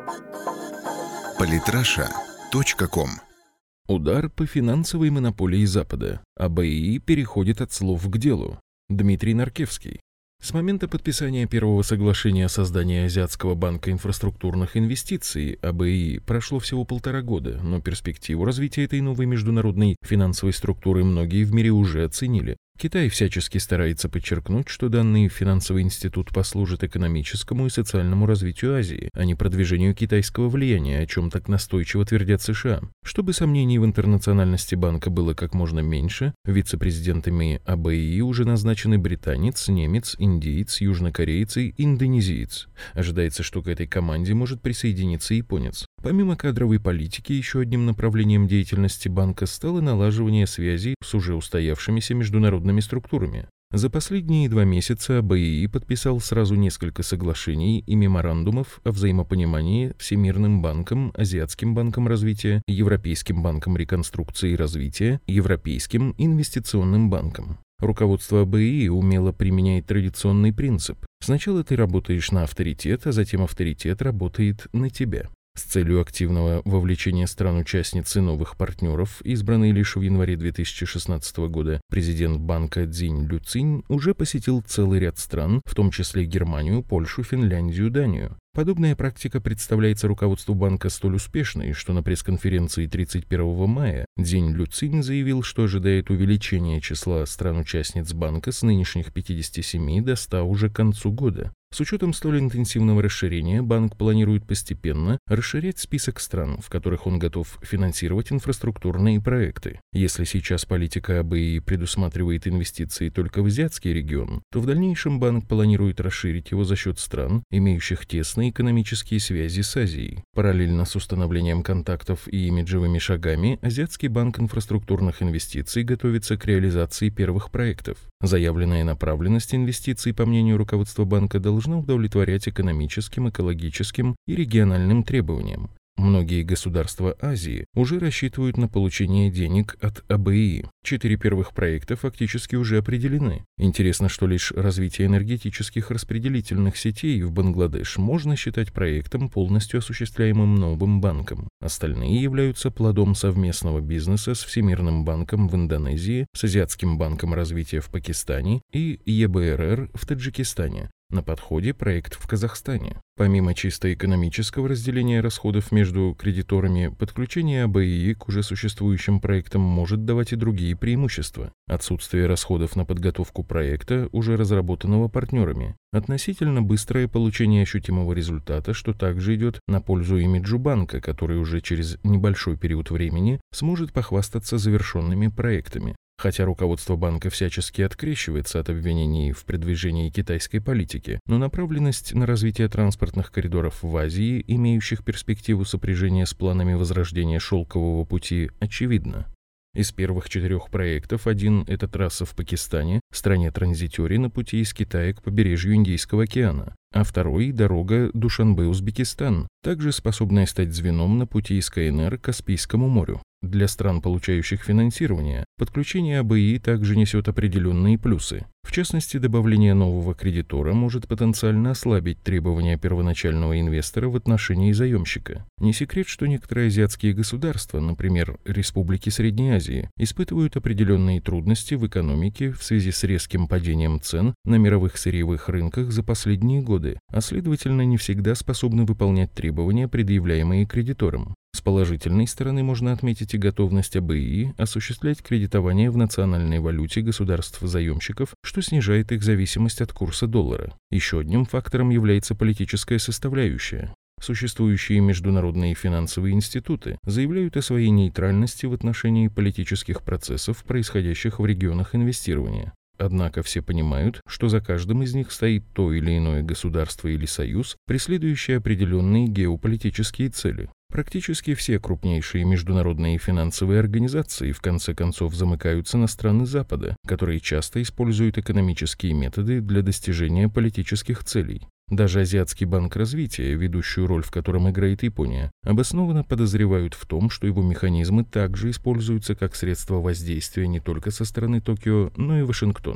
Политраша.ком. Удар по финансовой монополии Запада. АБИ переходит от слов к делу. Дмитрий Наркевский. С момента подписания первого соглашения о создании Азиатского банка инфраструктурных инвестиций АБИ прошло всего 1,5 года, но перспективу развития этой новой международной финансовой структуры многие в мире уже оценили. Китай всячески старается подчеркнуть, что данный финансовый институт послужит экономическому и социальному развитию Азии, а не продвижению китайского влияния, о чем так настойчиво твердят США. Чтобы сомнений в интернациональности банка было как можно меньше, вице-президентами АБИ уже назначены британец, немец, индиец, южнокореец и индонезиец. Ожидается, что к этой команде может присоединиться японец. Помимо кадровой политики, еще одним направлением деятельности банка стало налаживание связей с уже устоявшимися международными структурами. За последние 2 месяца АБИ подписал сразу несколько соглашений и меморандумов о взаимопонимании Всемирным банком, Азиатским банком развития, Европейским банком реконструкции и развития, Европейским инвестиционным банком. Руководство АБИ умело применяет традиционный принцип. Сначала ты работаешь на авторитет, а затем авторитет работает на тебя. С целью активного вовлечения стран-участниц и новых партнеров, избранный лишь в январе 2016 года, президент банка Цзинь Люцинь уже посетил целый ряд стран, в том числе Германию, Польшу, Финляндию, Данию. Подобная практика представляется руководству банка столь успешной, что на пресс-конференции 31 мая Цзинь Люцинь заявил, что ожидает увеличения числа стран-участниц банка с нынешних 57 до 100 уже к концу года. С учетом столь интенсивного расширения, банк планирует постепенно расширять список стран, в которых он готов финансировать инфраструктурные проекты. Если сейчас политика АБИ предусматривает инвестиции только в азиатский регион, то в дальнейшем банк планирует расширить его за счет стран, имеющих тесные экономические связи с Азией. Параллельно с установлением контактов и имиджевыми шагами, Азиатский банк инфраструктурных инвестиций готовится к реализации первых проектов. Заявленная направленность инвестиций, по мнению руководства банка, должна удовлетворять экономическим, экологическим и региональным требованиям. Многие государства Азии уже рассчитывают на получение денег от АБИ. 4 первых проекта фактически уже определены. Интересно, что лишь развитие энергетических распределительных сетей в Бангладеш можно считать проектом, полностью осуществляемым новым банком. Остальные являются плодом совместного бизнеса с Всемирным банком в Индонезии, с Азиатским банком развития в Пакистане и ЕБРР в Таджикистане. На подходе проект в Казахстане. Помимо чисто экономического разделения расходов между кредиторами, подключение АБИ к уже существующим проектам может давать и другие преимущества. Отсутствие расходов на подготовку проекта, уже разработанного партнерами. Относительно быстрое получение ощутимого результата, что также идет на пользу имиджу банка, который уже через небольшой период времени сможет похвастаться завершенными проектами. Хотя руководство банка всячески открещивается от обвинений в продвижении китайской политики, но направленность на развитие транспортных коридоров в Азии, имеющих перспективу сопряжения с планами возрождения шелкового пути, очевидна. Из первых 4 проектов один – это трасса в Пакистане, стране-транзитере на пути из Китая к побережью Индийского океана, а второй – дорога Душанбе-Узбекистан, также способная стать звеном на пути из КНР к Каспийскому морю. Для стран, получающих финансирование, подключение АБИ также несет определенные плюсы. В частности, добавление нового кредитора может потенциально ослабить требования первоначального инвестора в отношении заемщика. Не секрет, что некоторые азиатские государства, например, республики Средней Азии, испытывают определенные трудности в экономике в связи с резким падением цен на мировых сырьевых рынках за последние годы, а следовательно не всегда способны выполнять требования, предъявляемые кредиторам. С положительной стороны можно отметить и готовность АБИ осуществлять кредитование в национальной валюте государств-заемщиков, что снижает их зависимость от курса доллара. Еще одним фактором является политическая составляющая. Существующие международные финансовые институты заявляют о своей нейтральности в отношении политических процессов, происходящих в регионах инвестирования. Однако все понимают, что за каждым из них стоит то или иное государство или союз, преследующее определенные геополитические цели. Практически все крупнейшие международные финансовые организации в конце концов замыкаются на страны Запада, которые часто используют экономические методы для достижения политических целей. Даже Азиатский банк развития, ведущую роль в котором играет Япония, обоснованно подозревают в том, что его механизмы также используются как средство воздействия не только со стороны Токио, но и Вашингтона.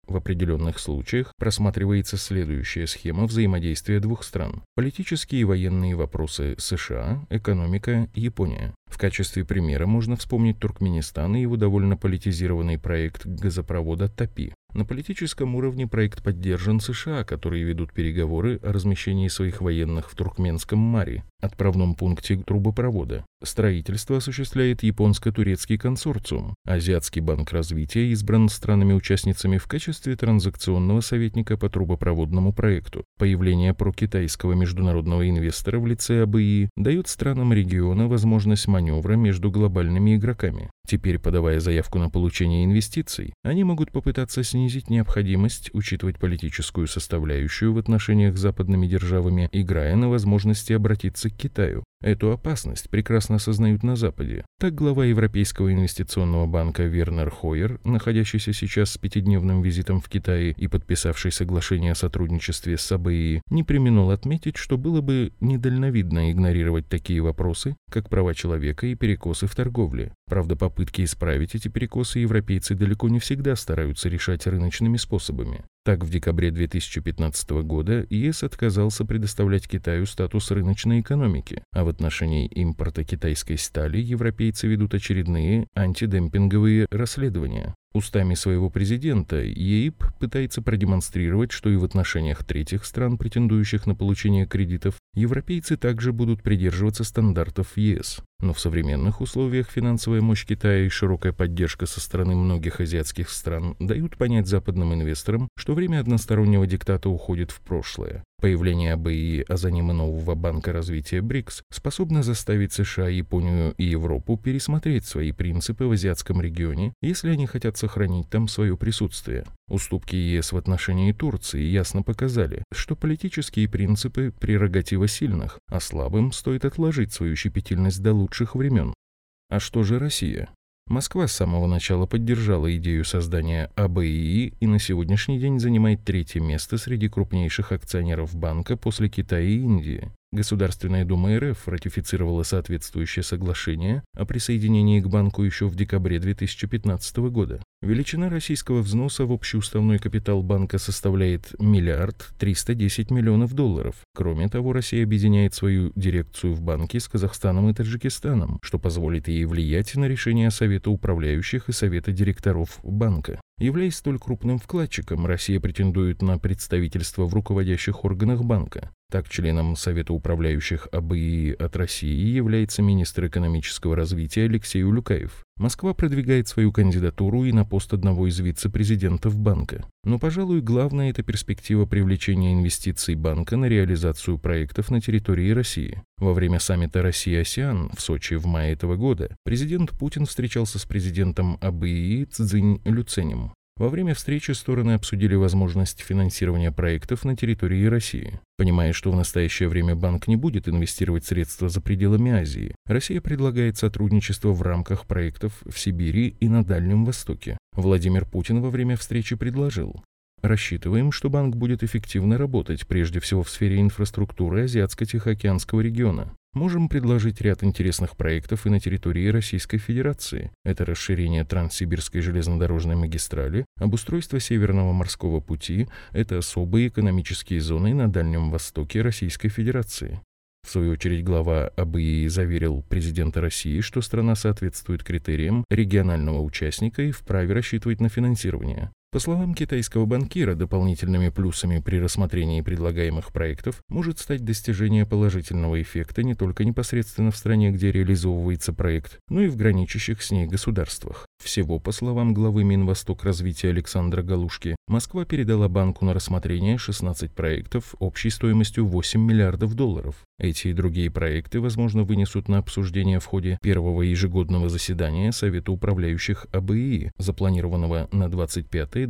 В определенных случаях просматривается следующая схема взаимодействия двух стран: политические и военные вопросы США, экономика, Япония. В качестве примера можно вспомнить Туркменистан и его довольно политизированный проект газопровода ТАПИ. На политическом уровне проект поддержан США, которые ведут переговоры о размещении своих военных в Туркменском море, отправном пункте трубопровода. Строительство осуществляет японско-турецкий консорциум. Азиатский банк развития избран странами-участницами в качестве транзакционного советника по трубопроводному проекту. Появление прокитайского международного инвестора в лице АБИ дает странам региона возможность маневра между глобальными игроками. Теперь, подавая заявку на получение инвестиций, они могут попытаться снизить необходимость учитывать политическую составляющую в отношениях с западными державами, играя на возможности обратиться к Китаю. Эту опасность прекрасно осознают на Западе. Так глава Европейского инвестиционного банка Вернер Хойер, находящийся сейчас с 5-дневным визитом в Китае и подписавший соглашение о сотрудничестве с АБИ, не преминул отметить, что было бы недальновидно игнорировать такие вопросы, как права человека и перекосы в торговле. Правда, попытки исправить эти перекосы европейцы далеко не всегда стараются решать рыночными способами. Так, в декабре 2015 года ЕС отказался предоставлять Китаю статус рыночной экономики, а в отношении импорта китайской стали европейцы ведут очередные антидемпинговые расследования. Устами своего президента ЕИБ пытается продемонстрировать, что и в отношениях третьих стран, претендующих на получение кредитов, европейцы также будут придерживаться стандартов ЕС. Но в современных условиях финансовая мощь Китая и широкая поддержка со стороны многих азиатских стран дают понять западным инвесторам, что время одностороннего диктата уходит в прошлое. Появление АБИ, а за ним и нового банка развития БРИКС, способно заставить США, Японию и Европу пересмотреть свои принципы в азиатском регионе, если они хотят сохранить там свое присутствие. Уступки ЕС в отношении Турции ясно показали, что политические принципы – прерогатива сильных, а слабым стоит отложить свою щепетильность до лучших времен. А что же Россия? Москва с самого начала поддержала идею создания АБИ и на сегодняшний день занимает 3-е место среди крупнейших акционеров банка после Китая и Индии. Государственная дума РФ ратифицировала соответствующее соглашение о присоединении к банку еще в декабре 2015 года. Величина российского взноса в общий уставной капитал банка составляет $1 310 миллионов. Кроме того, Россия объединяет свою дирекцию в банке с Казахстаном и Таджикистаном, что позволит ей влиять на решения Совета управляющих и Совета директоров банка. Являясь столь крупным вкладчиком, Россия претендует на представительство в руководящих органах банка. Так, членом Совета управляющих АБИ от России является министр экономического развития Алексей Улюкаев. Москва продвигает свою кандидатуру и на пост одного из вице-президентов банка. Но, пожалуй, главное – это перспектива привлечения инвестиций банка на реализацию проектов на территории России. Во время саммита Россия-АСЕАН в Сочи в мае этого года президент Путин встречался с президентом АБИ Цзинь Люценем. Во время встречи стороны обсудили возможность финансирования проектов на территории России. Понимая, что в настоящее время банк не будет инвестировать средства за пределами Азии, Россия предлагает сотрудничество в рамках проектов в Сибири и на Дальнем Востоке. Владимир Путин во время встречи предложил: рассчитываем, что банк будет эффективно работать, прежде всего в сфере инфраструктуры Азиатско-Тихоокеанского региона. Можем предложить ряд интересных проектов и на территории Российской Федерации. Это расширение Транссибирской железнодорожной магистрали, обустройство Северного морского пути, это особые экономические зоны на Дальнем Востоке Российской Федерации. В свою очередь, глава АБИ заверил президента России, что страна соответствует критериям регионального участника и вправе рассчитывать на финансирование. По словам китайского банкира, дополнительными плюсами при рассмотрении предлагаемых проектов может стать достижение положительного эффекта не только непосредственно в стране, где реализовывается проект, но и в граничащих с ней государствах. Всего, по словам главы Минвосток развития Александра Галушки, Москва передала банку на рассмотрение 16 проектов общей стоимостью $8 миллиардов. Эти и другие проекты, возможно, вынесут на обсуждение в ходе первого ежегодного заседания Совета управляющих АБИ, запланированного на 25-26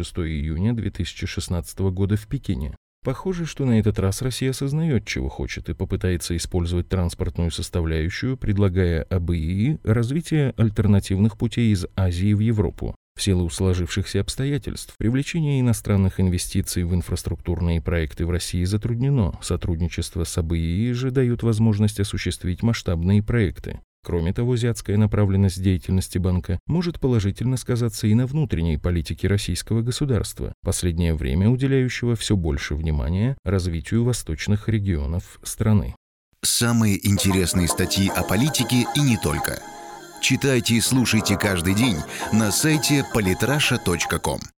июня 2016 года в Пекине. Похоже, что на этот раз Россия осознает, чего хочет, и попытается использовать транспортную составляющую, предлагая АБИ развитие альтернативных путей из Азии в Европу. В силу сложившихся обстоятельств, привлечение иностранных инвестиций в инфраструктурные проекты в России затруднено. Сотрудничество с АБИ же дает возможность осуществить масштабные проекты. Кроме того, азиатская направленность деятельности банка может положительно сказаться и на внутренней политике российского государства, последнее время уделяющего все больше внимания развитию восточных регионов страны. Самые интересные статьи о политике и не только. Читайте и слушайте каждый день на сайте polytrasha.com.